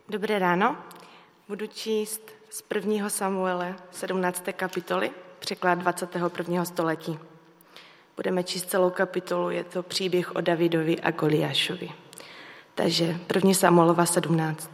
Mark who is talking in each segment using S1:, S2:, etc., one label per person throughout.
S1: Dobré ráno. Budu číst z 1. Samuele 17. kapitoly, překlad 21. století. Budeme číst celou kapitolu, je to příběh o Davidovi a Goliášovi. Takže 1. Samuelova 17.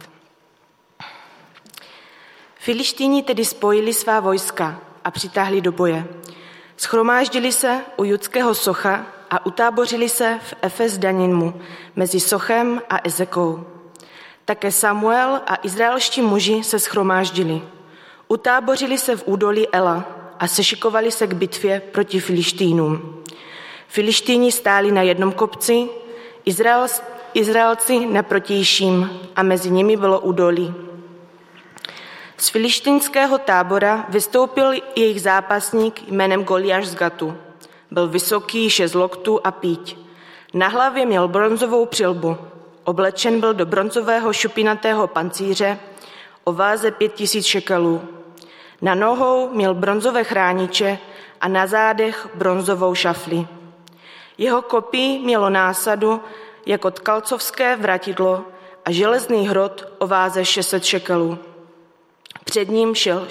S1: Filištíni tedy spojili svá vojska a přitáhli do boje. Schromáždili se u judského Socha a utábořili se v Efes Danimu mezi Sochem a Ezekou. Také Samuel a izraelští muži se schromáždili. Utábořili se v údolí Ela a sešikovali se k bitvě proti Filištínům. Filištíni stáli na jednom kopci, Izraelci na protějším a mezi nimi bylo údolí. Z filištínského tábora vystoupil jejich zápasník jménem Goliáš z Gatu. Byl vysoký 6 loktů a píď. Na hlavě měl bronzovou přilbu. Oblečen byl do bronzového šupinatého pancíře o váze 5000 šekelů. Na nohou měl bronzové chrániče a na zádech bronzovou šafli. Jeho kopí mělo násadu jako tkalcovské vratidlo a železný hrot o váze 600 šekelů. Před ním šel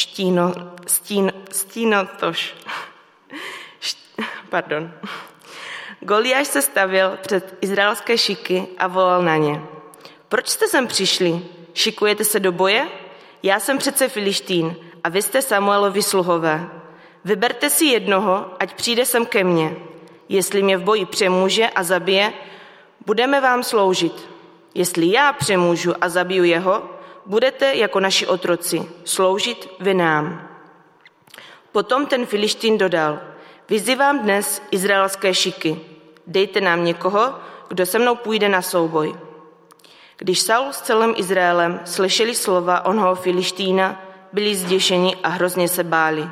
S1: Goliáš se stavil před izraelské šiky a volal na ně. Proč jste sem přišli? Šikujete se do boje? Já jsem přece Filištín a vy jste Samuelovi sluhové. Vyberte si jednoho, ať přijde sem ke mně. Jestli mě v boji přemůže a zabije, budeme vám sloužit. Jestli já přemůžu a zabiju jeho, budete jako naši otroci sloužit vy nám. Potom ten Filištín dodal, vyzývám dnes izraelské šiky, dejte nám někoho, kdo se mnou půjde na souboj. Když Saul s celým Izraelem slyšeli slova onoho Filištína, byli zděšeni a hrozně se báli.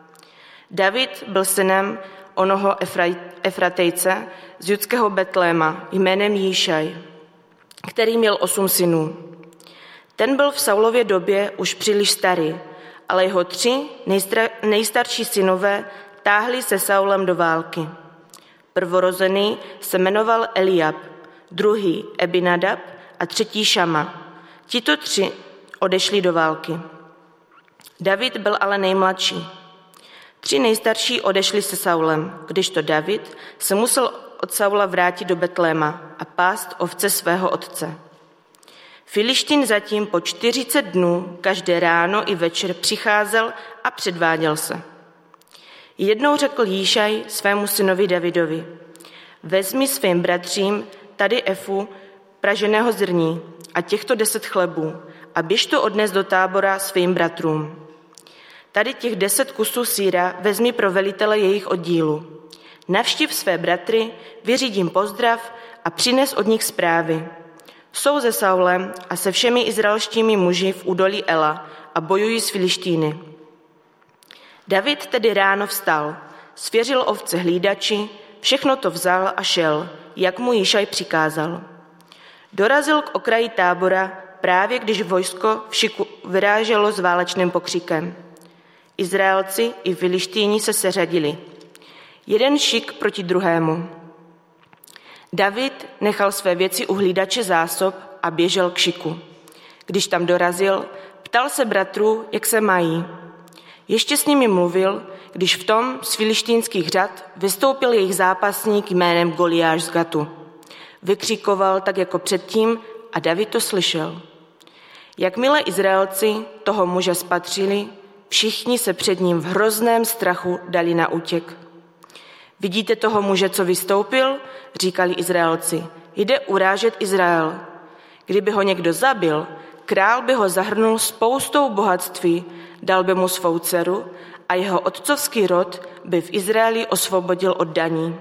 S1: David byl synem onoho Efratejce z judského Betléma jménem Jíšaj, který měl 8 synů. Ten byl v Saulově době už příliš starý, ale jeho 3 nejstarší synové táhli se Saulem do války. Prvorozený se jmenoval Eliab, druhý Ebinadab a třetí Šama. Tito 3 odešli do války. David byl ale nejmladší. 3 nejstarší odešli se Saulem, kdežto David se musel od Saula vrátit do Betléma a pást ovce svého otce. Filištín zatím po 40 dnů každé ráno i večer přicházel a předváděl se. Jednou řekl Jíšaj svému synovi Davidovi, vezmi svým bratřím tady efu praženého zrní a těchto 10 chlebů a běž to odnes do tábora svým bratrům. Tady těch 10 kusů sýra vezmi pro velitele jejich oddílu. Navštiv své bratry, vyřídím pozdrav a přines od nich zprávy. Jsou se Saulem a se všemi izraelštími muži v údolí Ela a bojují s Filištíny. David tedy ráno vstal, svěřil ovce hlídači, všechno to vzal a šel, jak mu Jíšaj přikázal. Dorazil k okraji tábora právě když vojsko v šiku vyráželo s válečným pokřikem. Izraelci i Filištíni se seřadili. Jeden šik proti druhému. David nechal své věci u hlídače zásob a běžel k šiku. Když tam dorazil, ptal se bratrů, jak se mají. Ještě s nimi mluvil, když v tom z filištínských řad vystoupil jejich zápasník jménem Goliáš z Gatu. Vykřikoval tak jako předtím a David to slyšel. Jakmile Izraelci toho muže spatřili, všichni se před ním v hrozném strachu dali na útěk. Vidíte toho muže, co vystoupil? Říkali Izraelci. Jde urážet Izrael. Kdyby ho někdo zabil, král by ho zahrnul spoustou bohatství, dal by mu svou dceru a jeho otcovský rod by v Izraeli osvobodil od daní.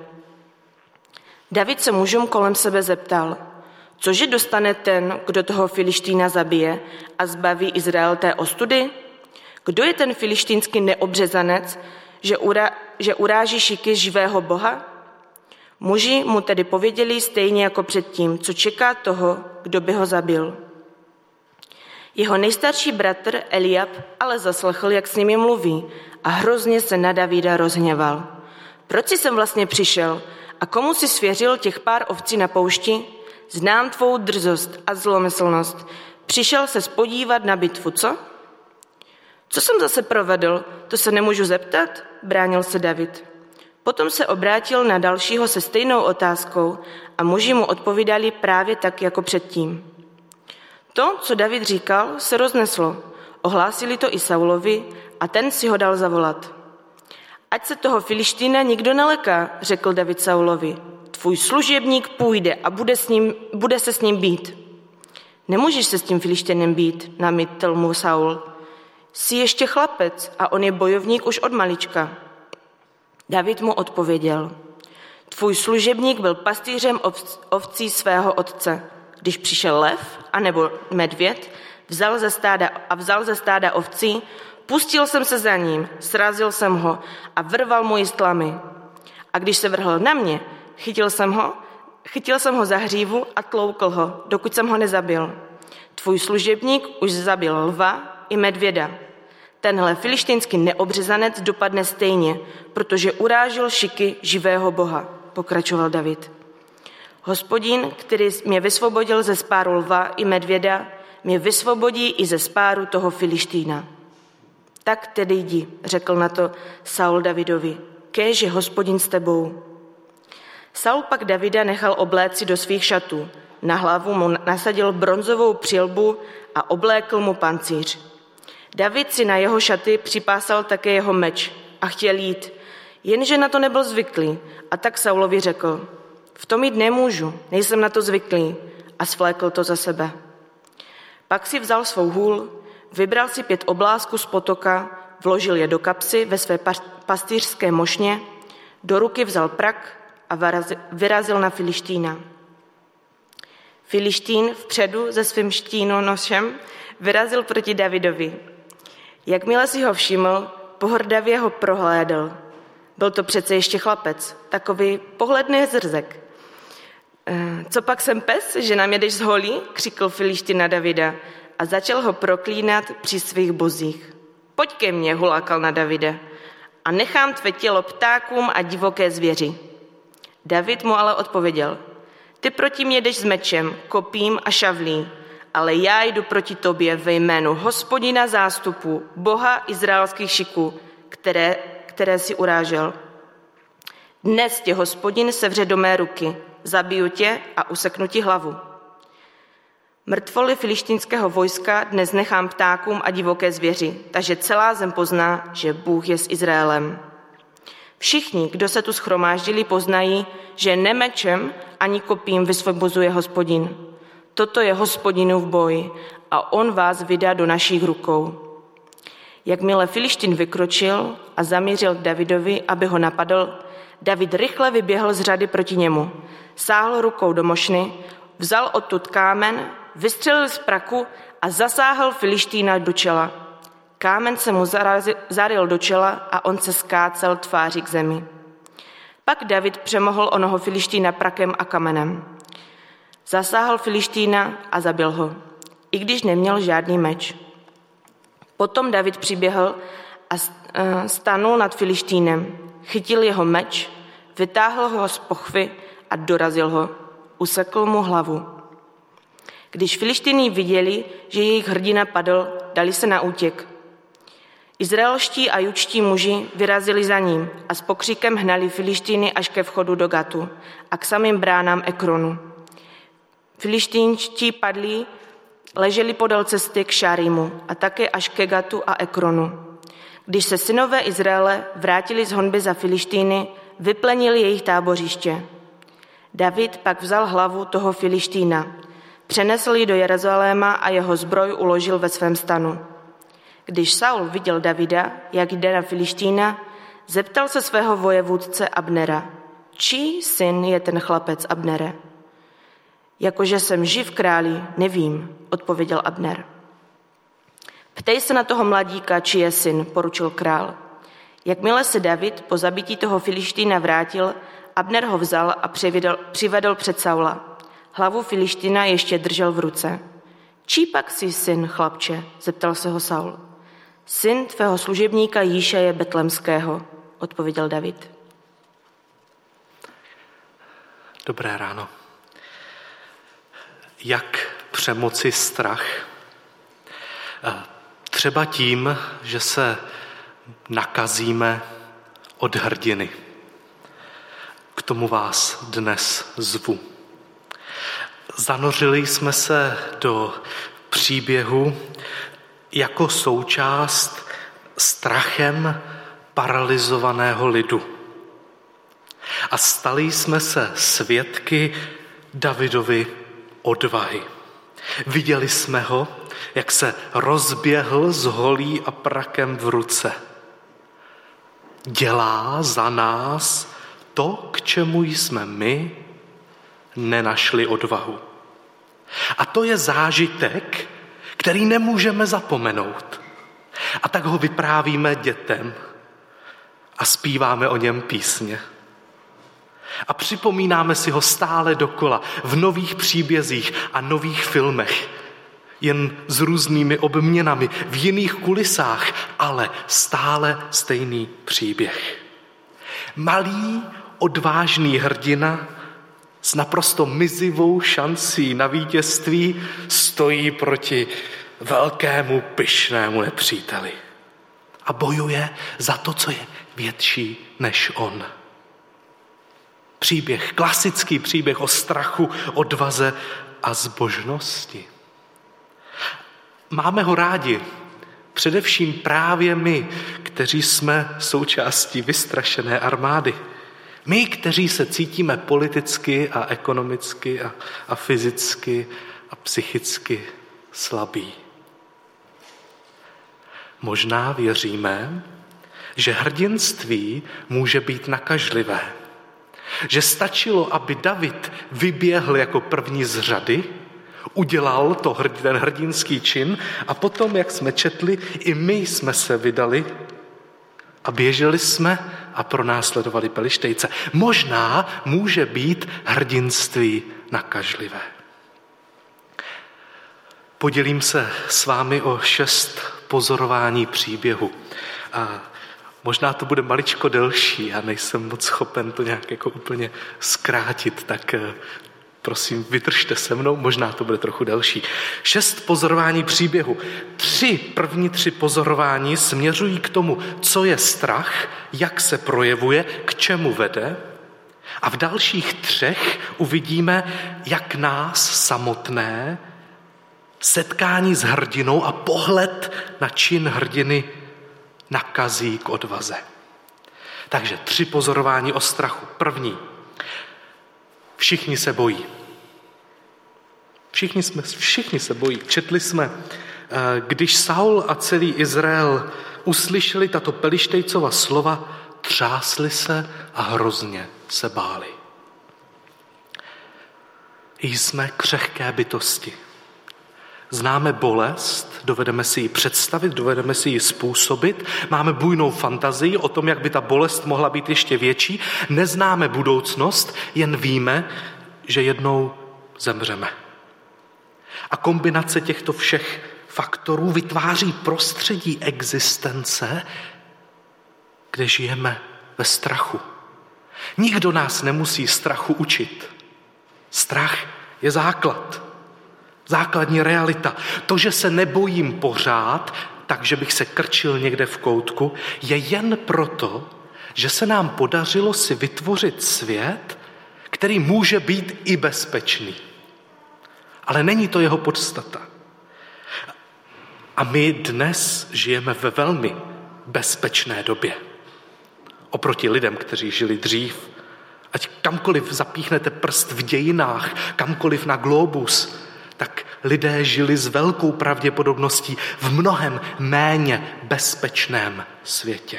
S1: David se mužům kolem sebe zeptal, cože dostane ten, kdo toho Filištína zabije a zbaví Izrael té ostudy? Kdo je ten filištínský neobřezanec, že uráží šiky živého Boha? Muži mu tedy pověděli stejně jako předtím, co čeká toho, kdo by ho zabil. Jeho nejstarší bratr Eliab ale zaslechl, jak s nimi mluví a hrozně se na Davida rozhněval. Proč jsi sem vlastně přišel a komu si svěřil těch pár ovcí na poušti? Znám tvou drzost a zlomyslnost. Přišel se spodívat na bitvu, co? Co jsem zase provedl, to se nemůžu zeptat, bránil se David. Potom se obrátil na dalšího se stejnou otázkou a muži mu odpovídali právě tak, jako předtím. To, co David říkal, se rozneslo. Ohlásili to i Saulovi a ten si ho dal zavolat. Ať se toho Filištína nikdo neleká, řekl David Saulovi. Tvůj služebník půjde a bude se s ním bít. Nemůžeš se s tím Filištěnem být, namítl mu Saul. Jsi ještě chlapec a on je bojovník už od malička. David mu odpověděl. Tvůj služebník byl pastýřem ovcí svého otce. Když přišel lev anebo medvěd, vzal ze stáda ovcí, pustil jsem se za ním, srazil jsem ho a vrval mu tlamy. A když se vrhl na mě, chytil jsem ho za hřívu a tloukl ho, dokud jsem ho nezabil. Tvůj služebník už zabil lva i medvěda. Tenhle filištínský neobřezanec dopadne stejně, protože urážel šiky živého Boha, pokračoval David. Hospodin, který mě vysvobodil ze spáru lva i medvěda, mě vysvobodí i ze spáru toho Filištína. Tak tedy jdi, řekl na to Saul Davidovi, kéž je Hospodin s tebou. Saul pak Davida nechal obléci do svých šatů, na hlavu mu nasadil bronzovou přilbu a oblékl mu pancíř. David si na jeho šaty připásal také jeho meč a chtěl jít, jenže na to nebyl zvyklý a tak Saulovi řekl, v tom jít nemůžu, nejsem na to zvyklý a svlékl to za sebe. Pak si vzal svou hůl, vybral si 5 oblázků z potoka, vložil je do kapsy ve své pastýřské mošně, do ruky vzal prak a vyrazil na Filištína. Filištín vpředu se svým štínonošem vyrazil proti Davidovi. Jakmile si ho všiml, pohrdavě ho prohlédl. Byl to přece ještě chlapec, takový pohledný zrzek. Co pak jsem pes, že nám jedeš z holí, křikl Filištín na Davida a začal ho proklínat při svých bozích. Pojď ke mně, hulákal na Davida, a nechám tvé tělo ptákům a divoké zvěři. David mu ale odpověděl, ty proti mě jdeš s mečem, kopím a šavlí, ale já jdu proti tobě ve jménu Hospodina zástupu, Boha izraelských šiků, které si urážel. Dnes tě Hospodin sevře do mé ruky, zabiju tě a useknu ti hlavu. Mrtvoly filištínského vojska dnes nechám ptákům a divoké zvěři, takže celá zem pozná, že Bůh je s Izraelem. Všichni, kdo se tu shromáždili, poznají, že ne mečem ani kopím vysvobozuje Hospodin. Toto je Hospodinův boj a on vás vydá do našich rukou. Jakmile Filištín vykročil a zamířil k Davidovi, aby ho napadl, David rychle vyběhl z řady proti němu. Sáhl rukou do mošny, vzal odtud kámen, vystřelil z praku a zasáhl Filištína do čela. Kámen se mu zaryl do čela a on se skácel tváří k zemi. Pak David přemohl onoho Filištína prakem a kamenem. Zasáhl Filištína a zabil ho, i když neměl žádný meč. Potom David přiběhl a stanul nad Filištínem, chytil jeho meč, vytáhl ho z pochvy a dorazil ho. Usekl mu hlavu. Když Filištíni viděli, že jejich hrdina padl, dali se na útěk. Izraelští a judští muži vyrazili za ním a s pokřikem hnali Filištíny až ke vchodu do Gatu a k samým bránám Ekronu. Filištínští padlí leželi podél cesty k Šárimu a také až ke Gatu a Ekronu. Když se synové Izraele vrátili z honby za Filištíny, vyplenili jejich tábořiště. David pak vzal hlavu toho Filištína, přenesl ji do Jeruzaléma a jeho zbroj uložil ve svém stanu. Když Saul viděl Davida, jak jde na Filištína, zeptal se svého vojevůdce Abnera, čí syn je ten chlapec, Abnere? Jakože jsem živ, králi, nevím, odpověděl Abner. Ptej se na toho mladíka, či je syn, poručil král. Jakmile se David po zabití toho Filištína vrátil, Abner ho vzal a přivedl před Saula. Hlavu Filištína ještě držel v ruce. Čí pak jsi syn, chlapče? Zeptal se ho Saul. Syn tvého služebníka Jíšeje Betlemského, odpověděl David.
S2: Dobré ráno. Jak přemoci strach Třeba tím, že se nakazíme od hrdiny. K tomu vás dnes zvu. Zanořili jsme se do příběhu jako součást strachem paralyzovaného lidu. A stali jsme se svědky Davidovy odvahy. Viděli jsme ho, jak se rozběhl s holí a prakem v ruce. Dělá za nás to, k čemu jsme my nenašli odvahu. A to je zážitek, který nemůžeme zapomenout. A tak ho vyprávíme dětem a zpíváme o něm písně. A připomínáme si ho stále dokola v nových příbězích a nových filmech. Jen s různými obměnami, v jiných kulisách, ale stále stejný příběh. Malý, odvážný hrdina s naprosto mizivou šancí na vítězství stojí proti velkému pyšnému nepříteli. A bojuje za to, co je větší než on. Příběh, klasický příběh o strachu, odvaze a zbožnosti. Máme ho rádi, především právě my, kteří jsme součástí vystrašené armády. My, kteří se cítíme politicky a ekonomicky a fyzicky a psychicky slabí. Možná věříme, že hrdinství může být nakažlivé. Že stačilo, aby David vyběhl jako první z řady, udělal ten hrdinský čin a potom, jak jsme četli, i my jsme se vydali a běželi jsme a pronásledovali pelištejce. Možná může být hrdinství nakažlivé. Podělím se s vámi o 6 pozorování příběhu. A možná to bude maličko delší, já nejsem moc schopen to nějak jako úplně zkrátit, tak prosím, vydržte se mnou, možná to bude trochu delší. 6 pozorování příběhu. První 3 pozorování směřují k tomu, co je strach, jak se projevuje, k čemu vede. A v dalších 3 uvidíme, jak nás samotné setkání s hrdinou a pohled na čin hrdiny nakazí k odvaze. Takže 3 pozorování o strachu. První. Všichni se bojí. Všichni se bojí. Četli jsme, když Saul a celý Izrael uslyšeli tato Pelištejcova slova, třásli se a hrozně se báli. Jsme křehké bytosti. Známe bolest, dovedeme si ji představit, dovedeme si ji způsobit, máme bujnou fantazii o tom, jak by ta bolest mohla být ještě větší, neznáme budoucnost, jen víme, že jednou zemřeme. A kombinace těchto všech faktorů vytváří prostředí existence, kde žijeme ve strachu. Nikdo nás nemusí strachu učit. Strach je základ. Základní realita. To, že se nebojím pořád, takže bych se krčil někde v koutku, je jen proto, že se nám podařilo si vytvořit svět, který může být i bezpečný. Ale není to jeho podstata. A my dnes žijeme ve velmi bezpečné době. Oproti lidem, kteří žili dřív. Ať kamkoliv zapíchnete prst v dějinách, kamkoliv na globus, tak lidé žili s velkou pravděpodobností v mnohem méně bezpečném světě.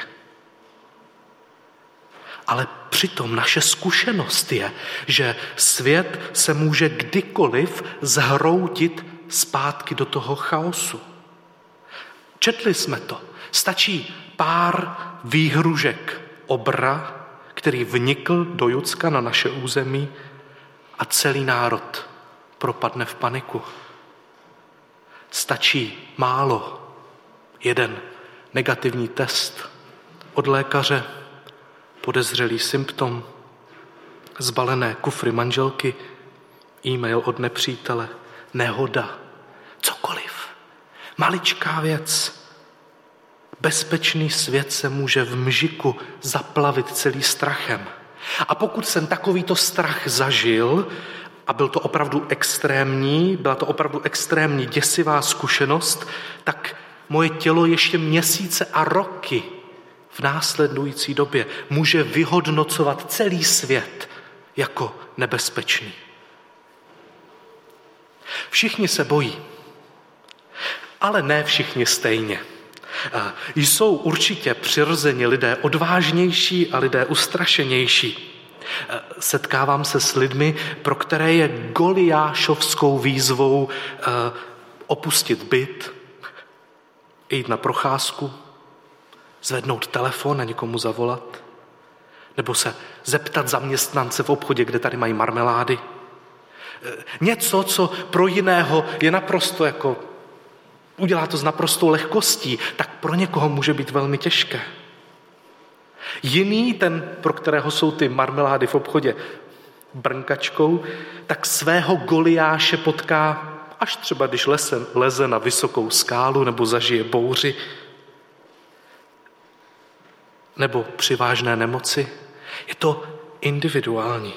S2: Ale přitom naše zkušenost je, že svět se může kdykoliv zhroutit zpátky do toho chaosu. Četli jsme to. Stačí pár výhružek obra, který vnikl do Judska na naše území a celý národ propadne v paniku. Stačí málo. Jeden negativní test od lékaře, podezřelý symptom, zbalené kufry manželky, e-mail od nepřítele, nehoda, cokoliv. Maličká věc. Bezpečný svět se může v mžiku zaplavit celý strachem. A pokud jsem takovýto strach zažil, a byl to opravdu byla to opravdu extrémní, děsivá zkušenost, tak moje tělo ještě měsíce a roky v následující době může vyhodnocovat celý svět jako nebezpečný. Všichni se bojí, ale ne všichni stejně. Jsou určitě přirozeni lidé odvážnější a lidé ustrašenější. Setkávám se s lidmi, pro které je goliášovskou výzvou opustit byt, jít na procházku, zvednout telefon a někomu zavolat, nebo se zeptat zaměstnance v obchodě, kde tady mají marmelády. Něco, co pro jiného je naprosto udělá to s naprostou lehkostí, tak pro někoho může být velmi těžké. Jiný, ten, pro kterého jsou ty marmelády v obchodě brnkačkou, tak svého Goliáše potká až třeba, když leze na vysokou skálu nebo zažije bouři, nebo při vážné nemoci. Je to individuální.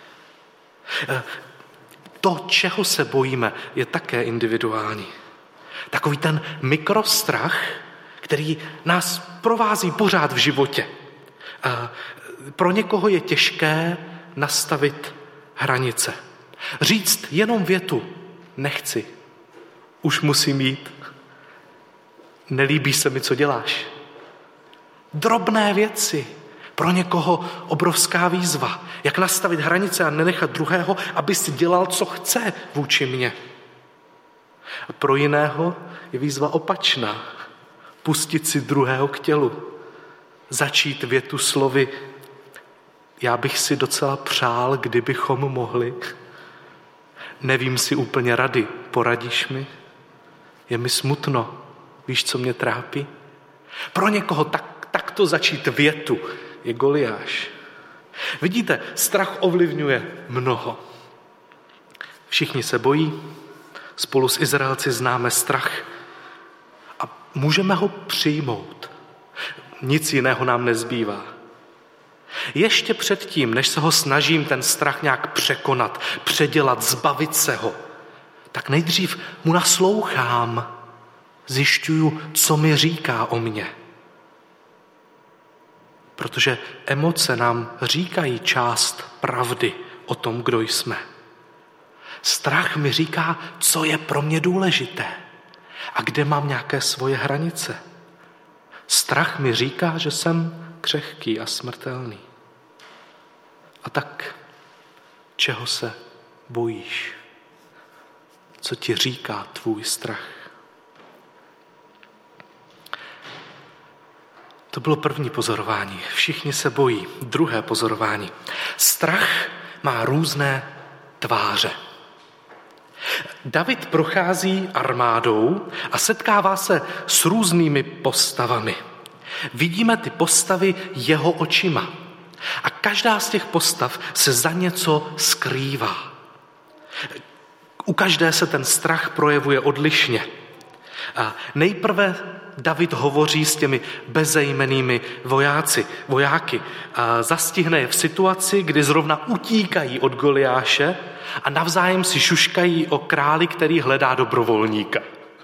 S2: To, čeho se bojíme, je také individuální. Takový ten mikrostrach, který nás provází pořád v životě. Pro někoho je těžké nastavit hranice. Říct jenom větu, nechci, už musím jít, nelíbí se mi, co děláš. Drobné věci, pro někoho obrovská výzva. Jak nastavit hranice a nenechat druhého, aby si dělal, co chce vůči mně. A pro jiného je výzva opačná. Pustit si druhého k tělu. Začít větu slovy, já bych si docela přál, kdybychom mohli. Nevím si úplně rady, poradíš mi? Je mi smutno, víš, co mě trápí? Pro někoho takto začít větu je Goliáš. Vidíte, strach ovlivňuje mnoho. Všichni se bojí, spolu s Izraelci známe strach a můžeme ho přijmout. Nic jiného nám nezbývá. Ještě předtím, než se ho snažím ten strach nějak překonat, předělat, zbavit se ho, tak nejdřív mu naslouchám, zjišťuju, co mi říká o mně. Protože emoce nám říkají část pravdy o tom, kdo jsme. Strach mi říká, co je pro mě důležité a kde mám nějaké svoje hranice. Strach mi říká, že jsem křehký a smrtelný. A tak, čeho se bojíš? Co ti říká tvůj strach? To bylo první pozorování. Všichni se bojí. Druhé pozorování. Strach má různé tváře. David prochází armádou a setkává se s různými postavami. Vidíme ty postavy jeho očima. A každá z těch postav se za něco skrývá. U každé se ten strach projevuje odlišně. A nejprve David hovoří s těmi bezejmennými vojáky. A zastihne je v situaci, kdy zrovna utíkají od Goliáše a navzájem si šuškají o králi, který hledá dobrovolníka.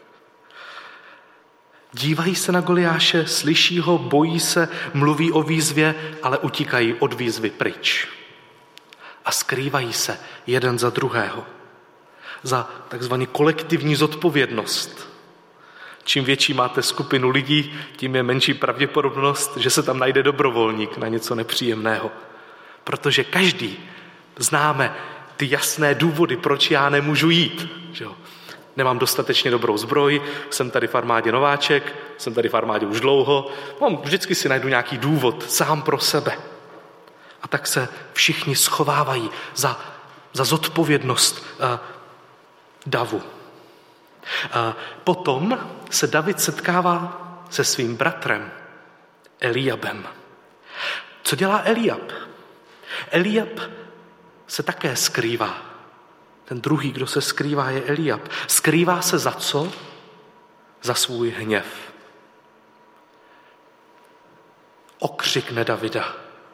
S2: Dívají se na Goliáše, slyší ho, bojí se, mluví o výzvě, ale utíkají od výzvy pryč. A skrývají se jeden za druhého. Za takzvaný kolektivní zodpovědnost. Čím větší máte skupinu lidí, tím je menší pravděpodobnost, že se tam najde dobrovolník na něco nepříjemného. Protože každý známe ty jasné důvody, proč já nemůžu jít. Že? Nemám dostatečně dobrou zbroj, jsem tady v armádě nováček, jsem tady v armádě už dlouho, vždycky si najdu nějaký důvod sám pro sebe. A tak se všichni schovávají za zodpovědnost davu. Potom se David setkává se svým bratrem Eliabem. Co dělá Eliab? Eliab se také skrývá. Ten druhý, kdo se skrývá, je Eliab. Skrývá se za co? za svůj hněv. Okřikne Davida.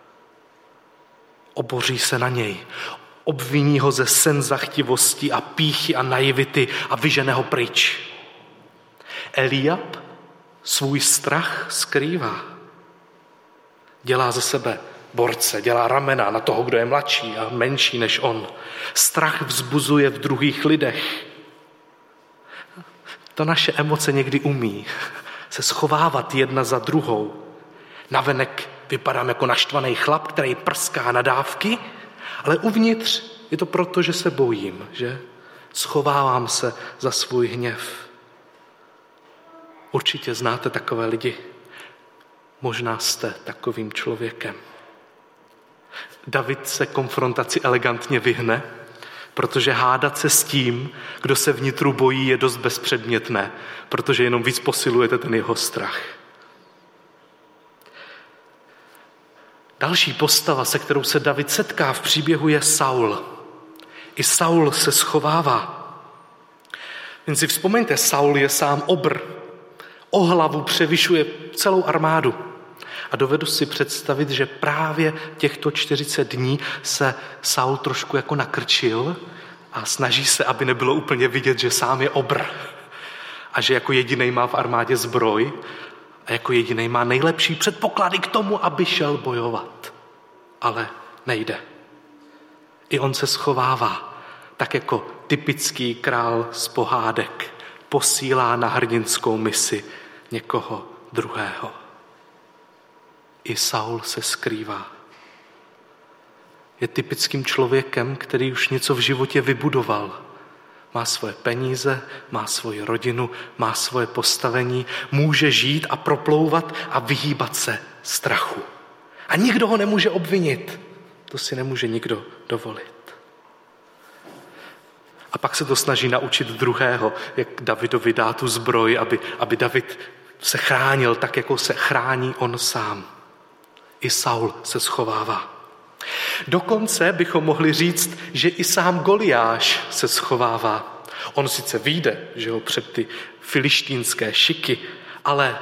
S2: Oboří se na něj. Obviní ho ze senzachtivosti a pýchy a naivity a vyžene ho pryč. Eliab svůj strach skrývá. Dělá ze sebe borce, dělá ramena na toho, kdo je mladší a menší než on. Strach vzbuzuje v druhých lidech. To naše emoce někdy umí se schovávat jedna za druhou. Navenek vypadám jako naštvaný chlap, který prská nadávky, ale uvnitř je to proto, že se bojím, že schovávám se za svůj hněv. Určitě znáte takové lidi. Možná jste takovým člověkem. David se konfrontaci elegantně vyhne, protože hádat se s tím, kdo se vnitru bojí, je dost bezpředmětné, protože jenom víc posilujete ten jeho strach. Další postava, se kterou se David setká v příběhu, je Saul. I Saul se schovává. Jen si vzpomeňte, Saul je sám obr. O hlavu převyšuje celou armádu. A dovedu si představit, že právě těchto 40 dní se Saul trošku jako nakrčil a snaží se, aby nebylo úplně vidět, že sám je obr. A že jako jedinej má v armádě zbroj a jako jedinej má nejlepší předpoklady k tomu, aby šel bojovat. Ale nejde. I on se schovává, tak jako typický král z pohádek posílá na hrdinskou misi někoho druhého. I Saul se skrývá. Je typickým člověkem, který už něco v životě vybudoval. Má svoje peníze, má svoji rodinu, má svoje postavení, může žít a proplouvat a vyhýbat se strachu. A nikdo ho nemůže obvinit. To si nemůže nikdo dovolit. A pak se to snaží naučit druhého, jak Davidovi dá tu zbroj, aby David se chránil tak, jako se chrání on sám. I Saul se schovává. Dokonce bychom mohli říct, že i sám Goliáš se schovává. On sice vyjde, že ho před ty filištínské šiky, ale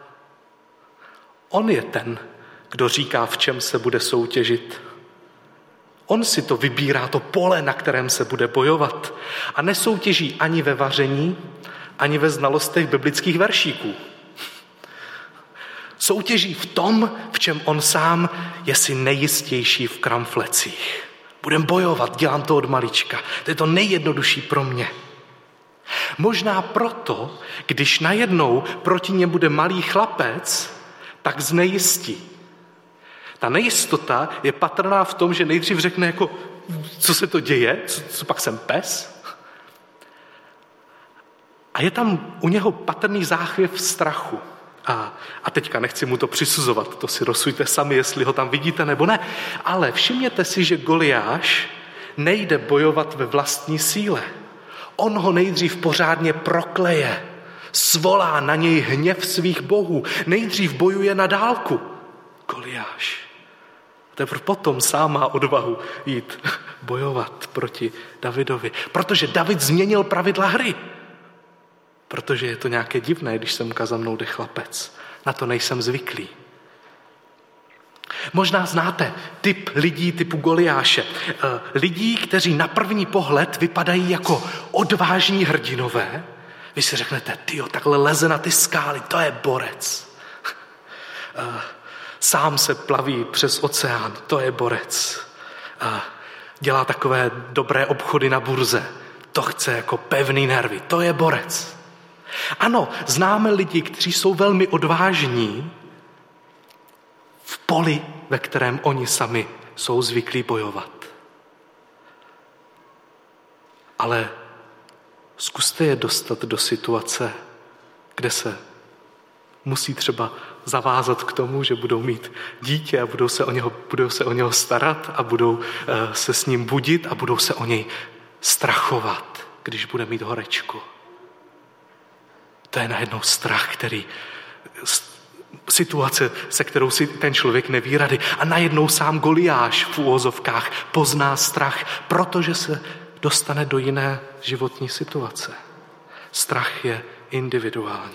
S2: on je ten, kdo říká, v čem se bude soutěžit. On si to vybírá, to pole, na kterém se bude bojovat. A nesoutěží ani ve vaření, ani ve znalostech biblických veršíků. Soutěží v tom, v čem on sám je si nejistější v kramflecích. Budem bojovat, dělám to od malička. To je to nejjednodušší pro mě. Možná proto, když najednou proti němu bude malý chlapec, tak znejistí. Ta nejistota je patrná v tom, že nejdřív řekne jako, co se to děje, co pak jsem pes. A je tam u něho patrný záchvěv strachu. A teďka nechci mu to přisuzovat, to si rozsuďte sami, jestli ho tam vidíte nebo ne. Ale všimněte si, že Goliáš nejde bojovat ve vlastní síle. On ho nejdřív pořádně prokleje, svolá na něj hněv svých bohů, nejdřív bojuje na dálku. Goliáš. Teprve potom sám má odvahu jít bojovat proti Davidovi. Protože David změnil pravidla hry. Protože je to nějaké divné, když semka za mnou jde chlapec. Na to nejsem zvyklý. Možná znáte typ lidí typu Goliáše. Lidí, kteří na první pohled vypadají jako odvážní hrdinové. Vy si řeknete, tyjo, takhle leze na ty skály, to je borec. Sám se plaví přes oceán, to je borec. Dělá takové dobré obchody na burze, to chce jako pevný nervy, to je borec. Ano, známe lidi, kteří jsou velmi odvážní v poli, ve kterém oni sami jsou zvyklí bojovat. Ale zkuste je dostat do situace, kde se musí třeba zavázat k tomu, že budou mít dítě a budou se o něho starat a budou se s ním budit a budou se o něj strachovat, když bude mít horečku. To je najednou strach, situace, se kterou si ten člověk neví rady. A najednou sám Goliáš v úvozovkách pozná strach, protože se dostane do jiné životní situace. Strach je individuální.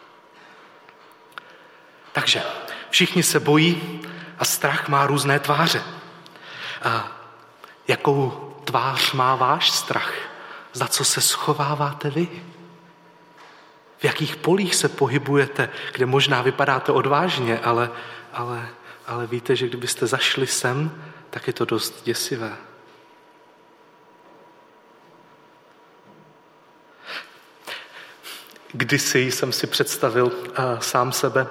S2: Takže všichni se bojí a strach má různé tváře. A jakou tvář má váš strach? Za co se schováváte vy? V jakých polích se pohybujete, kde možná vypadáte odvážně, ale víte, že kdybyste zašli sem, tak je to dost děsivé. Kdysi jsem si představil sám sebe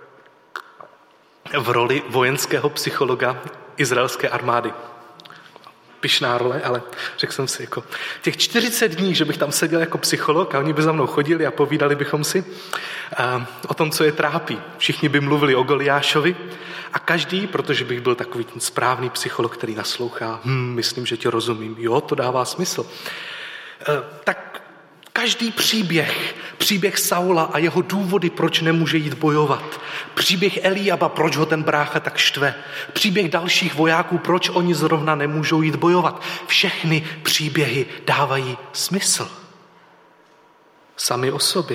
S2: v roli vojenského psychologa izraelské armády. Pyšná role, ale řekl jsem si, jako těch 40 dní, že bych tam seděl jako psycholog a oni by za mnou chodili a povídali bychom si o tom, co je trápí. Všichni by mluvili o Goliášovi a každý, protože bych byl takový ten správný psycholog, který naslouchá, myslím, že ti rozumím, jo, to dává smysl. Tak každý příběh Saula a jeho důvody, proč nemůže jít bojovat. Příběh Eliaba, proč ho ten brácha tak štve. Příběh dalších vojáků, proč oni zrovna nemůžou jít bojovat. Všechny příběhy dávají smysl. Sami o sobě.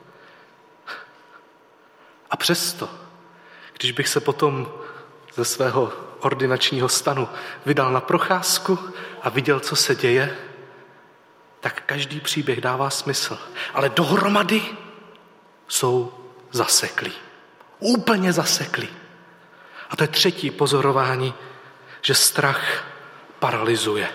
S2: A přesto, když bych se potom ze svého ordinačního stanu vydal na procházku a viděl, co se děje, tak každý příběh dává smysl. Ale dohromady jsou zaseklí. Úplně zaseklí. A to je třetí pozorování, že strach paralyzuje.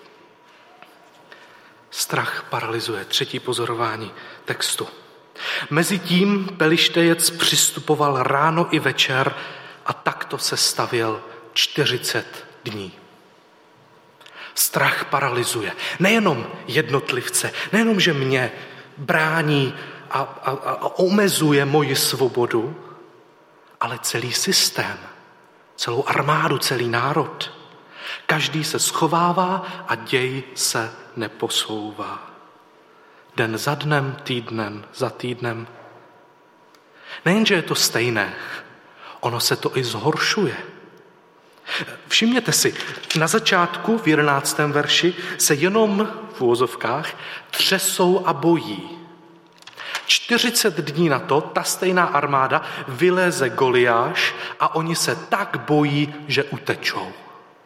S2: Strach paralyzuje. Třetí pozorování textu. Mezitím Pelištejec přistupoval ráno i večer a takto se stavěl 40 dní. Strach paralyzuje. Nejenom jednotlivce, nejenom, že mě brání a omezuje moji svobodu, ale celý systém, celou armádu, celý národ. Každý se schovává a děj se neposouvá. Den za dnem, týdnem za týdnem. Nejenže je to stejné, ono se to i zhoršuje. Všimněte si, na začátku v 11. verši se jenom v uvozovkách třesou a bojí. 40 dní na to ta stejná armáda vyleze Goliáš a oni se tak bojí, že utečou.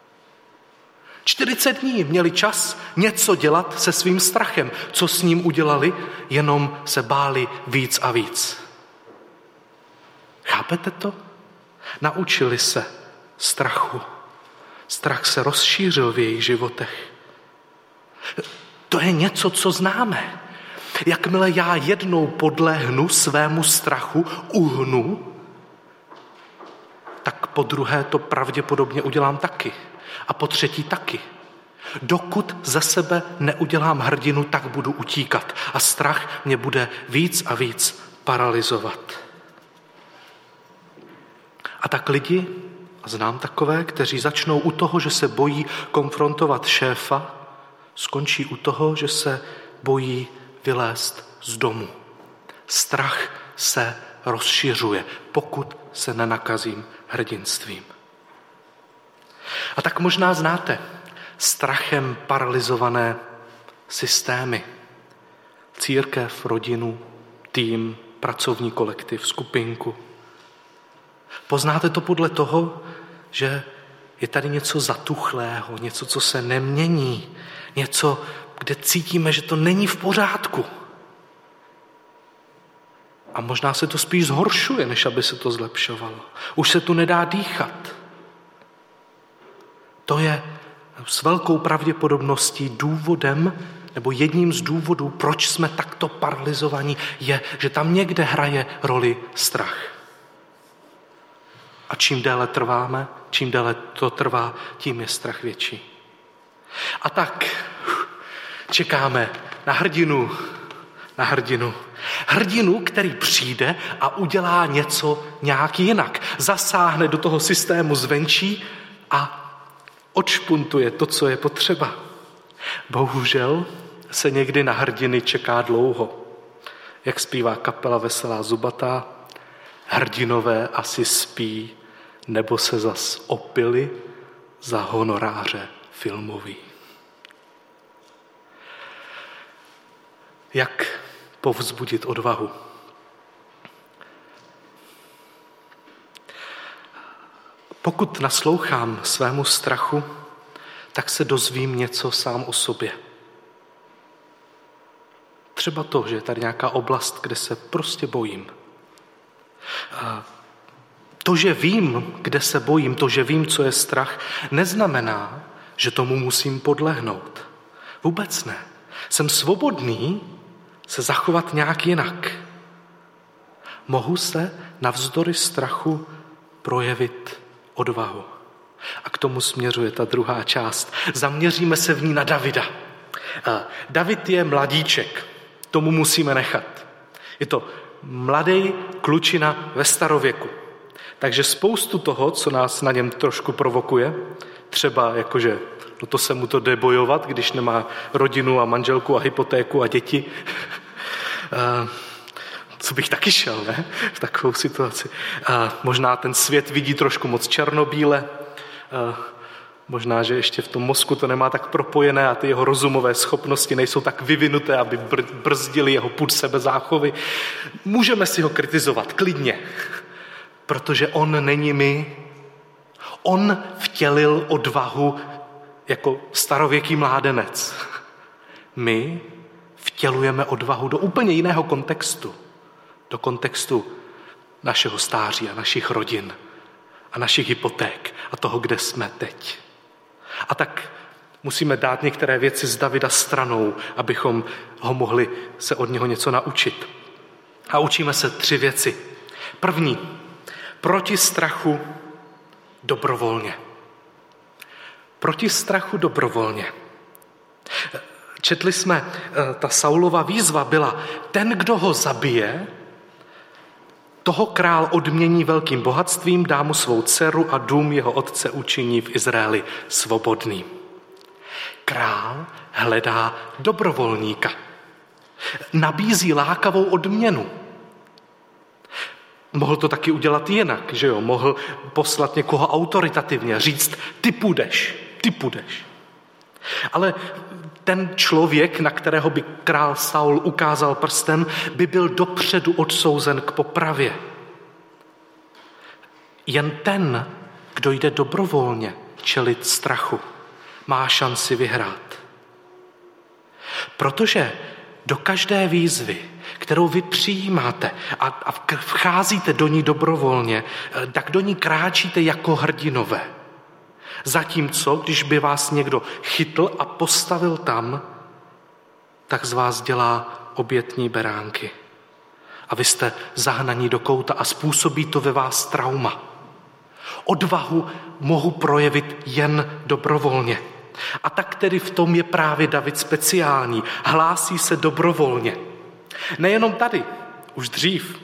S2: 40 dní měli čas něco dělat se svým strachem. Co s ním udělali? Jenom se báli víc a víc. Chápete to? Naučili se strachu. Strach se rozšířil v jejich životech. To je něco, co známe. Jakmile já jednou podlehnu svému strachu, uhnu, tak po druhé to pravděpodobně udělám taky. A po třetí taky. Dokud ze sebe neudělám hrdinu, tak budu utíkat. A strach mě bude víc a víc paralyzovat. A tak lidi, a znám takové, kteří začnou u toho, že se bojí konfrontovat šéfa, skončí u toho, že se bojí vylézt z domu. Strach se rozšiřuje, pokud se nenakazím hrdinstvím. A tak možná znáte strachem paralyzované systémy. Církev, rodinu, tým, pracovní kolektiv, skupinku. Poznáte to podle toho, že je tady něco zatuchlého, něco, co se nemění, něco, kde cítíme, že to není v pořádku. A možná se to spíš zhoršuje, než aby se to zlepšovalo. Už se tu nedá dýchat. To je s velkou pravděpodobností důvodem, nebo jedním z důvodů, proč jsme takto paralyzovaní, je, že tam někde hraje roli strach. A čím déle trváme, čím déle to trvá, tím je strach větší. A tak čekáme na hrdinu. Hrdinu, který přijde a udělá něco nějak jinak. Zasáhne do toho systému zvenčí a odšpuntuje to, co je potřeba. Bohužel se někdy na hrdiny čeká dlouho. Jak zpívá kapela Veselá zubatá, hrdinové asi spí, nebo se zas opili za honoráře filmový. Jak povzbudit odvahu. Pokud naslouchám svému strachu, tak se dozvím něco sám o sobě. Třeba to, že je tady nějaká oblast, kde se prostě bojím. To, že vím, kde se bojím, to, že vím, co je strach, neznamená, že tomu musím podlehnout. Vůbec ne. Jsem svobodný se zachovat nějak jinak. Mohu se navzdory strachu projevit odvahu. A k tomu směřuje ta druhá část. Zaměříme se v ní na Davida. David je mladíček. Tomu musíme nechat. Je to mladý klučina ve starověku. Takže spoustu toho, co nás na něm trošku provokuje, třeba jakože to se mu to jde bojovat, když nemá rodinu a manželku a hypotéku a děti. Co bych taky šel, ne? V takovou situaci. Možná ten svět vidí trošku moc černobíle, možná, že ještě v tom mozku to nemá tak propojené a ty jeho rozumové schopnosti nejsou tak vyvinuté, aby brzdili jeho pud sebezáchovy. Můžeme si ho kritizovat, klidně, protože on není my. On vtělil odvahu jako starověký mládenec. My vtělujeme odvahu do úplně jiného kontextu. Do kontextu našeho stáří a našich rodin a našich hypoték a toho, kde jsme teď. A tak musíme dát některé věci z Davida stranou, abychom ho mohli se od něho něco naučit. A učíme se 3 věci. První, proti strachu dobrovolně. Proti strachu dobrovolně. Četli jsme, ta Saulova výzva byla, ten, kdo ho zabije, toho král odmění velkým bohatstvím, dá mu svou dceru a dům jeho otce učiní v Izraeli svobodný. Král hledá dobrovolníka. Nabízí lákavou odměnu. Mohl to taky udělat jinak, že jo? Mohl poslat někoho autoritativně, říct, ty půjdeš. Ale ten člověk, na kterého by král Saul ukázal prstem, by byl dopředu odsouzen k popravě. Jen ten, kdo jde dobrovolně čelit strachu, má šanci vyhrát. Protože do každé výzvy, kterou vy přijímáte a vcházíte do ní dobrovolně, tak do ní kráčíte jako hrdinové. Zatímco, když by vás někdo chytl a postavil tam, tak z vás dělá obětní beránky. A vy jste zahnaní do kouta a způsobí to ve vás trauma. Odvahu mohu projevit jen dobrovolně. A tak tedy v tom je právě David speciální. Hlásí se dobrovolně. Nejenom tady, už dřív.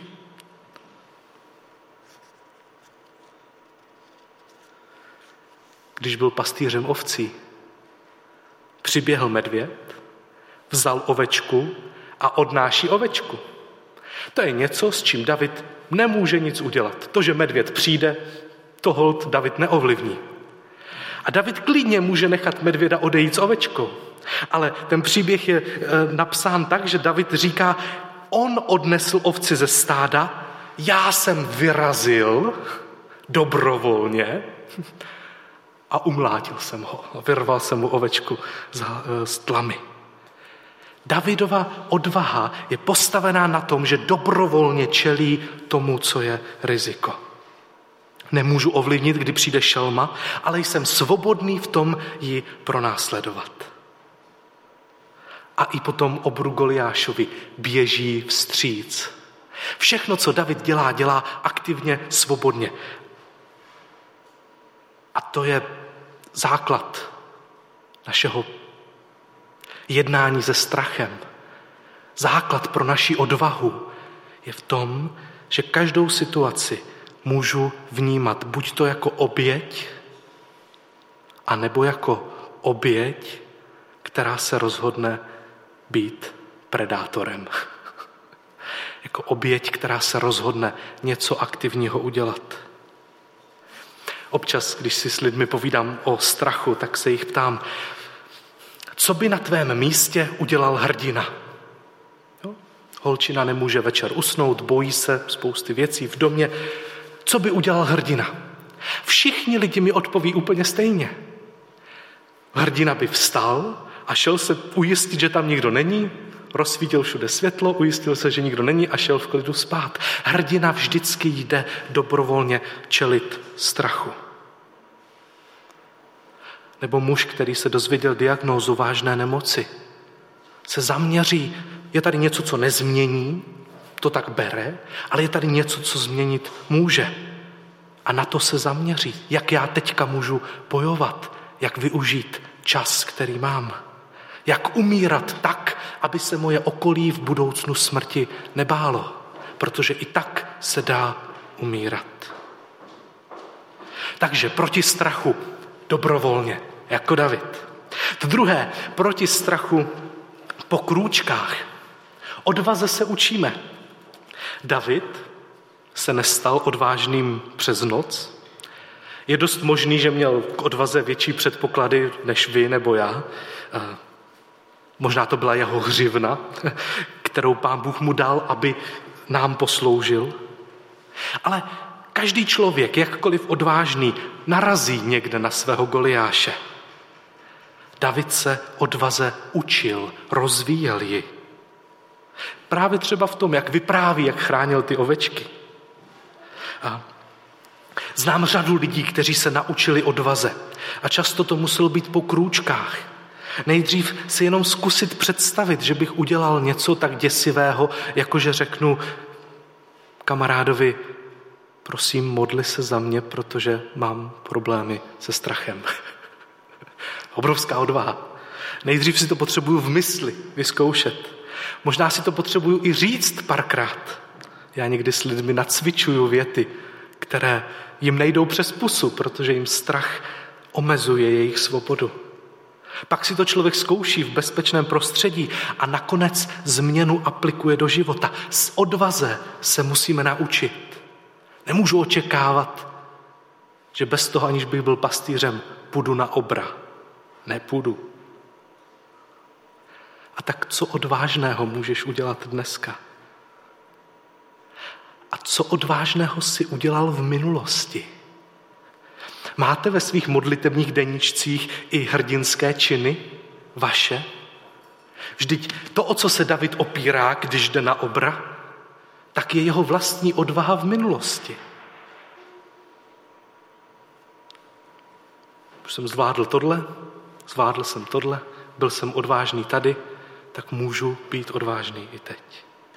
S2: Když byl pastýřem ovcí, přiběhl medvěd, vzal ovečku a odnáší ovečku. To je něco, s čím David nemůže nic udělat. To, že medvěd přijde, to holt David neovlivní. A David klidně může nechat medvěda odejít s ovečkou. Ale ten příběh je napsán tak, že David říká, on odnesl ovci ze stáda, já jsem vyrazil dobrovolně a umlátil jsem ho. Vyrval jsem mu ovečku z tlamy. Davidova odvaha je postavená na tom, že dobrovolně čelí tomu, co je riziko. Nemůžu ovlivnit, kdy přijde šelma, ale jsem svobodný v tom ji pronásledovat. A i potom obru Goliášovi běží vstříc. Všechno, co David dělá, dělá aktivně, svobodně. A to je základ našeho jednání se strachem. Základ pro naši odvahu je v tom, že každou situaci můžu vnímat buď to jako oběť, anebo jako oběť, která se rozhodne být predátorem. Jako oběť, která se rozhodne něco aktivního udělat. Občas, když si s lidmi povídám o strachu, tak se jich ptám, co by na tvém místě udělal hrdina? Jo? Holčina nemůže večer usnout, bojí se spousty věcí v domě. Co by udělal hrdina? Všichni lidi mi odpoví úplně stejně. Hrdina by vstal a šel se ujistit, že tam nikdo není, rozsvítil všude světlo, ujistil se, že nikdo není a šel v klidu spát. Hrdina vždycky jde dobrovolně čelit strachu. Nebo muž, který se dozvěděl diagnózu vážné nemoci, se zaměří, je tady něco, co nezmění, to tak bere, ale je tady něco, co změnit může. A na to se zaměří, jak já teďka můžu bojovat, jak využít čas, který mám. Jak umírat tak, aby se moje okolí v budoucnu smrti nebálo, protože i tak se dá umírat. Takže proti strachu dobrovolně, jako David. To druhé, proti strachu po krůčkách. Odvaze se učíme. David se nestal odvážným přes noc. Je dost možný, že měl k odvaze větší předpoklady než vy nebo já. Možná to byla jeho hřivna, kterou Pán Bůh mu dal, aby nám posloužil. Ale každý člověk, jakkoliv odvážný, narazí někde na svého Goliáše. David se odvaze učil, rozvíjel ji. Právě třeba v tom, jak vypráví, jak chránil ty ovečky. Znám řadu lidí, kteří se naučili odvaze a často to muselo být po krůčkách. Nejdřív si jenom zkusit představit, že bych udělal něco tak děsivého, jakože řeknu kamarádovi, prosím, modli se za mě, protože mám problémy se strachem. Obrovská odvaha. Nejdřív si to potřebuju v mysli vyzkoušet. Možná si to potřebuju i říct párkrát. Já někdy s lidmi nacvičuju věty, které jim nejdou přes pusu, protože jim strach omezuje jejich svobodu. Pak si to člověk zkouší v bezpečném prostředí a nakonec změnu aplikuje do života. Z odvaze se musíme naučit. Nemůžu očekávat, že bez toho, aniž bych byl pastýřem, půjdu na obra. Nepůjdu. A tak co odvážného můžeš udělat dneska? A co odvážného si udělal v minulosti? Máte ve svých modlitevních deníčcích i hrdinské činy vaše? Vždyť to, o co se David opírá, když jde na obra, tak je jeho vlastní odvaha v minulosti. Už jsem zvládl jsem tohle, byl jsem odvážný tady, tak můžu být odvážný i teď.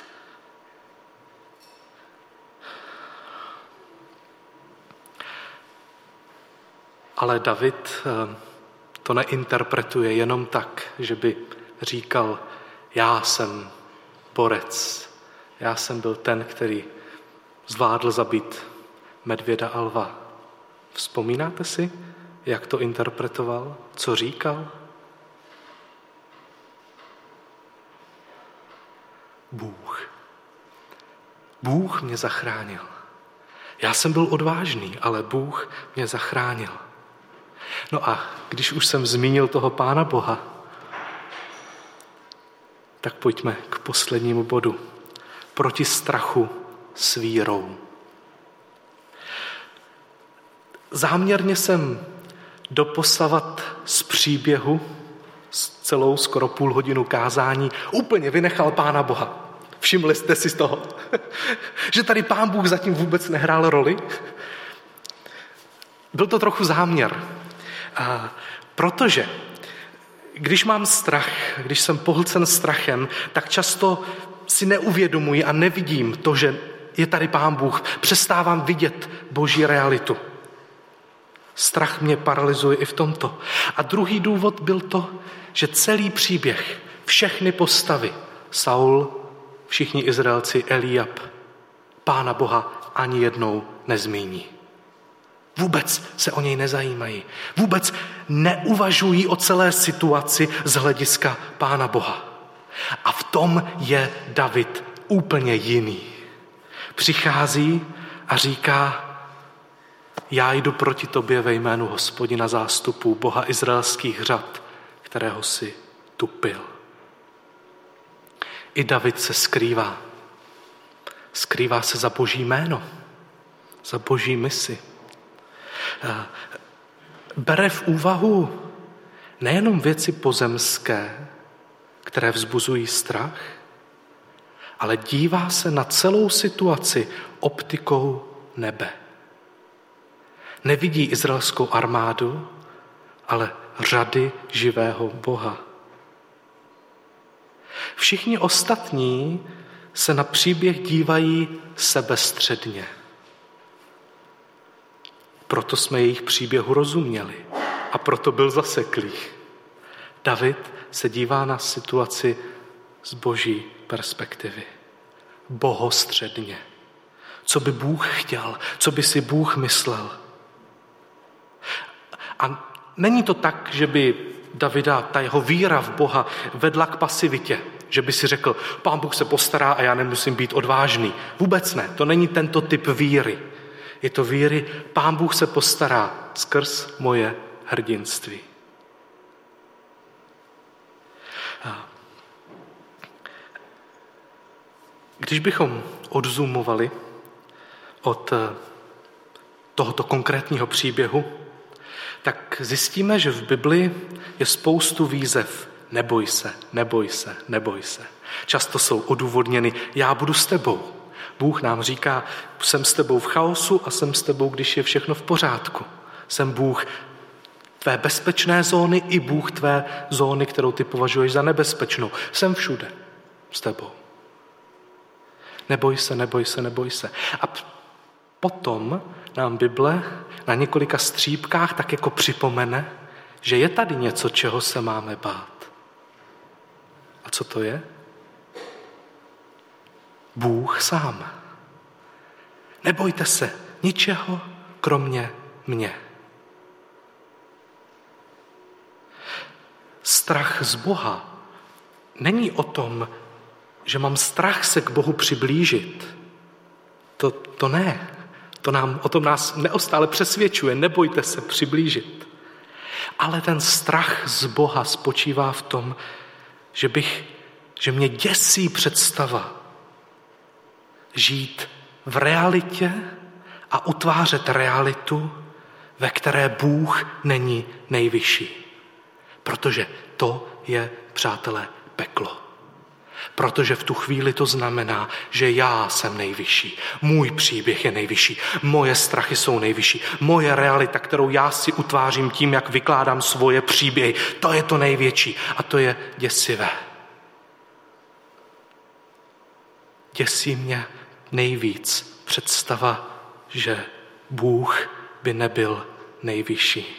S2: Ale David to neinterpretuje jenom tak, že by říkal, já jsem borec, já jsem byl ten, který zvládl zabít medvěda a lva. Vzpomínáte si, jak to interpretoval, co říkal? Bůh mě zachránil. Já jsem byl odvážný, ale Bůh mě zachránil. No a když už jsem zmínil toho Pána Boha, tak pojďme k poslednímu bodu. Proti strachu s vírou. Záměrně jsem doposavat z příběhu s celou skoro půl hodinu kázání úplně vynechal Pána Boha. Všimli jste si z toho, že tady Pán Bůh zatím vůbec nehrál roli? Byl to trochu záměr. Protože když mám strach, když jsem pohlcen strachem, tak často si neuvědomuji a nevidím to, že je tady Pán Bůh. Přestávám vidět Boží realitu. Strach mě paralyzuje i v tomto. A druhý důvod byl to, že celý příběh, všechny postavy, Saul, všichni Izraelci, Eliab, Pána Boha ani jednou nezmíní. Vůbec se o něj nezajímají. Vůbec neuvažují o celé situaci z hlediska Pána Boha. A v tom je David úplně jiný. Přichází a říká, já jdu proti tobě ve jménu Hospodina zástupů, Boha izraelských řad, kterého si tupil. I David se skrývá. Skrývá se za Boží jméno, za Boží misi. Bere v úvahu nejenom věci pozemské, které vzbuzují strach, ale dívá se na celou situaci optikou nebe. Nevidí izraelskou armádu, ale řady živého Boha. Všichni ostatní se na příběh dívají sebestředně. Proto jsme jejich příběhu rozuměli a proto byl zaseklý. David se dívá na situaci z Boží perspektivy. Bohostředně. Co by Bůh chtěl, co by si Bůh myslel. A není to tak, že by Davida, ta jeho víra v Boha vedla k pasivitě, že by si řekl, Pán Bůh se postará a já nemusím být odvážný. Vůbec ne, to není tento typ víry. Je to víry, Pán Bůh se postará skrz moje hrdinství. Když bychom odzoomovali od tohoto konkrétního příběhu, tak zjistíme, že v Bibli je spoustu výzev. Neboj se, neboj se, neboj se. Často jsou odůvodněny, já budu s tebou. Bůh nám říká, jsem s tebou v chaosu a jsem s tebou, když je všechno v pořádku. Jsem Bůh tvé bezpečné zóny i Bůh tvé zóny, kterou ty považuješ za nebezpečnou. Jsem všude s tebou. Neboj se, neboj se, neboj se. A potom nám Bible na několika střípkách tak jako připomene, že je tady něco, čeho se máme bát. A co to je? Bůh sám. Nebojte se ničeho, kromě mě. Strach z Boha není o tom, že mám strach se k Bohu přiblížit. To ne. O tom nás neustále přesvědčuje. Nebojte se přiblížit. Ale ten strach z Boha spočívá v tom, že mě děsí představa žít v realitě a utvářet realitu, ve které Bůh není nejvyšší. Protože to je, přátelé, peklo. Protože v tu chvíli to znamená, že já jsem nejvyšší. Můj příběh je nejvyšší. Moje strachy jsou nejvyšší. Moje realita, kterou já si utvářím tím, jak vykládám svoje příběhy, to je to největší. A to je děsivé. Děsí mě nejvíc představa, že Bůh by nebyl nejvyšší.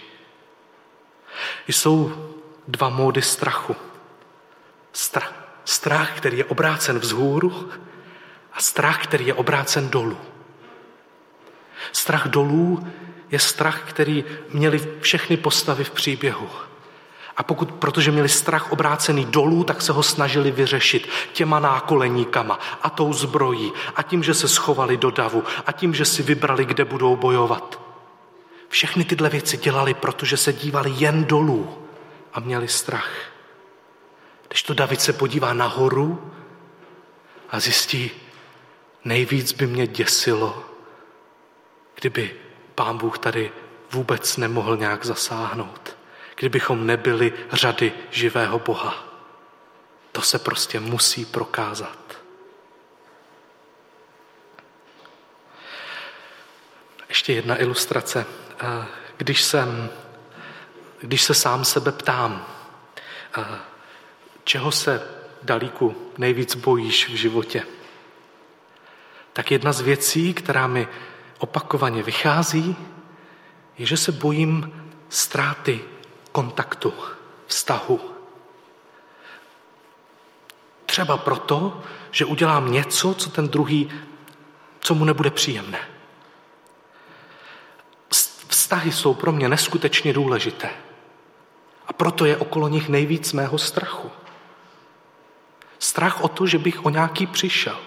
S2: Jsou dva módy strachu. Strach, který je obrácen vzhůru a strach, který je obrácen dolů. Strach dolů je strach, který měli všechny postavy v příběhu. A protože měli strach obrácený dolů, tak se ho snažili vyřešit těma nákoleníkama a tou zbrojí a tím, že se schovali do davu a tím, že si vybrali, kde budou bojovat. Všechny tyhle věci dělali, protože se dívali jen dolů a měli strach. Když to David se podívá nahoru a zjistí, nejvíc by mě děsilo, kdyby Pán Bůh tady vůbec nemohl nějak zasáhnout. Kdybychom nebyli řady živého Boha. To se prostě musí prokázat. Ještě jedna ilustrace. Když se sám sebe ptám, čeho se, Dalíku, nejvíc bojíš v životě, tak jedna z věcí, která mi opakovaně vychází, je, že se bojím ztráty kontaktu, vztahu. Třeba proto, že udělám něco, co ten druhý, co mu nebude příjemné. Vztahy jsou pro mě neskutečně důležité. A proto je okolo nich nejvíc mého strachu. Strach o to, že bych o nějaký přišel.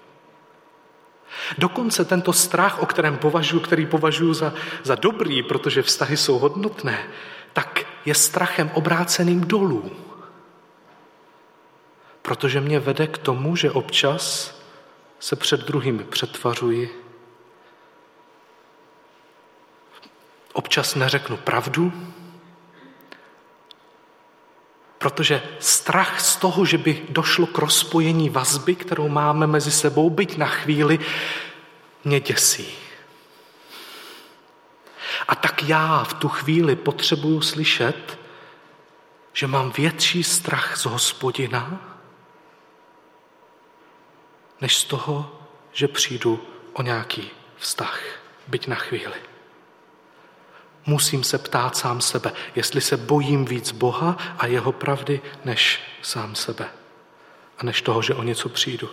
S2: Dokonce tento strach, který považuji za dobrý, protože vztahy jsou hodnotné, tak je strachem obráceným dolů. protože mě vede k tomu, že občas se před druhými přetvařuji, občas neřeknu pravdu, protože strach z toho, že by došlo k rozpojení vazby, kterou máme mezi sebou, byť na chvíli, mě děsí. A tak já v tu chvíli potřebuju slyšet, že mám větší strach z Hospodina, než z toho, že přijdu o nějaký vztah, byť na chvíli. Musím se ptát sám sebe, jestli se bojím víc Boha a jeho pravdy, než sám sebe a než toho, že o něco přijdu.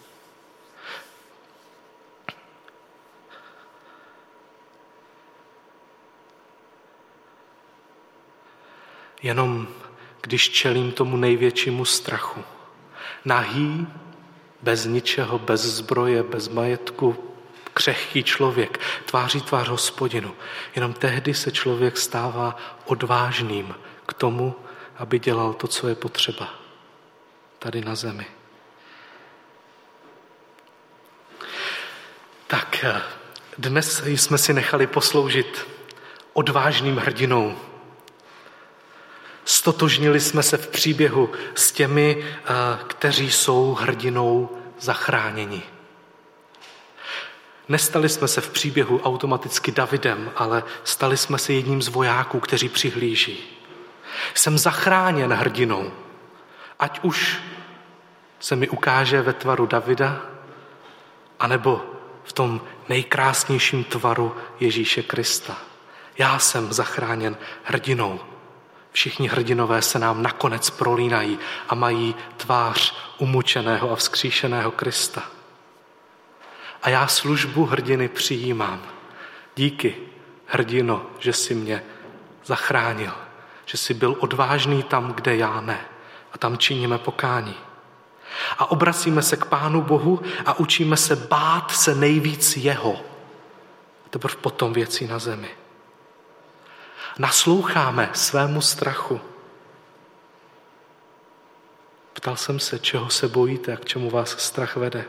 S2: Jenom když čelím tomu největšímu strachu, nahý, bez ničeho, bez zbroje, bez majetku, křehký člověk, tváří tvář Hospodinu. Jenom tehdy se člověk stává odvážným k tomu, aby dělal to, co je potřeba tady na zemi. Tak dnes jsme si nechali posloužit odvážným hrdinou. Stotožnili jsme se v příběhu s těmi, kteří jsou hrdinou zachráněni. Nestali jsme se v příběhu automaticky Davidem, ale stali jsme se jedním z vojáků, kteří přihlíží. Jsem zachráněn hrdinou, ať už se mi ukáže ve tvaru Davida, anebo v tom nejkrásnějším tvaru Ježíše Krista. Já jsem zachráněn hrdinou. Všichni hrdinové se nám nakonec prolínají a mají tvář umučeného a vzkříšeného Krista. A já službu hrdiny přijímám. Díky, hrdino, že jsi mě zachránil, že jsi byl odvážný tam, kde já ne. A tam činíme pokání. A obracíme se k Pánu Bohu a učíme se bát se nejvíc jeho. A teprve potom věcí na zemi. Nasloucháme svému strachu. Ptal jsem se, čeho se bojíte a k čemu vás strach vede.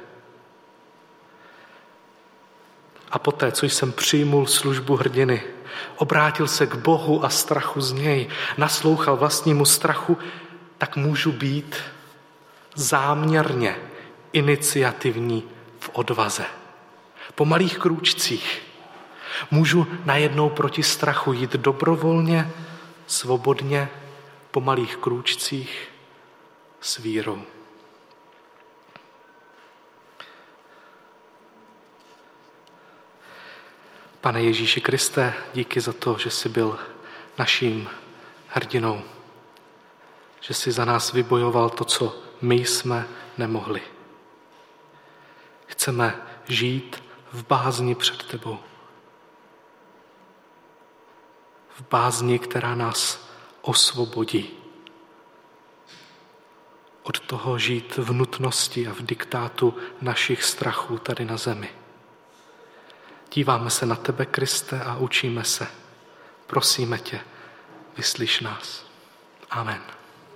S2: A poté, co jsem přijmul službu hrdiny, obrátil se k Bohu a strachu z něj, naslouchal vlastnímu strachu, tak můžu být záměrně iniciativní v odvaze. Po malých krůčcích můžu najednou proti strachu jít dobrovolně, svobodně, po malých krůčcích s vírou. Pane Ježíši Kriste, díky za to, že jsi byl naším hrdinou, že jsi za nás vybojoval to, co my jsme nemohli. Chceme žít v bázni před tebou. V bázni, která nás osvobodí od toho žít v nutnosti a v diktátu našich strachů tady na zemi. Díváme se na tebe, Kriste, a učíme se. Prosíme tě, vyslyš nás. Amen.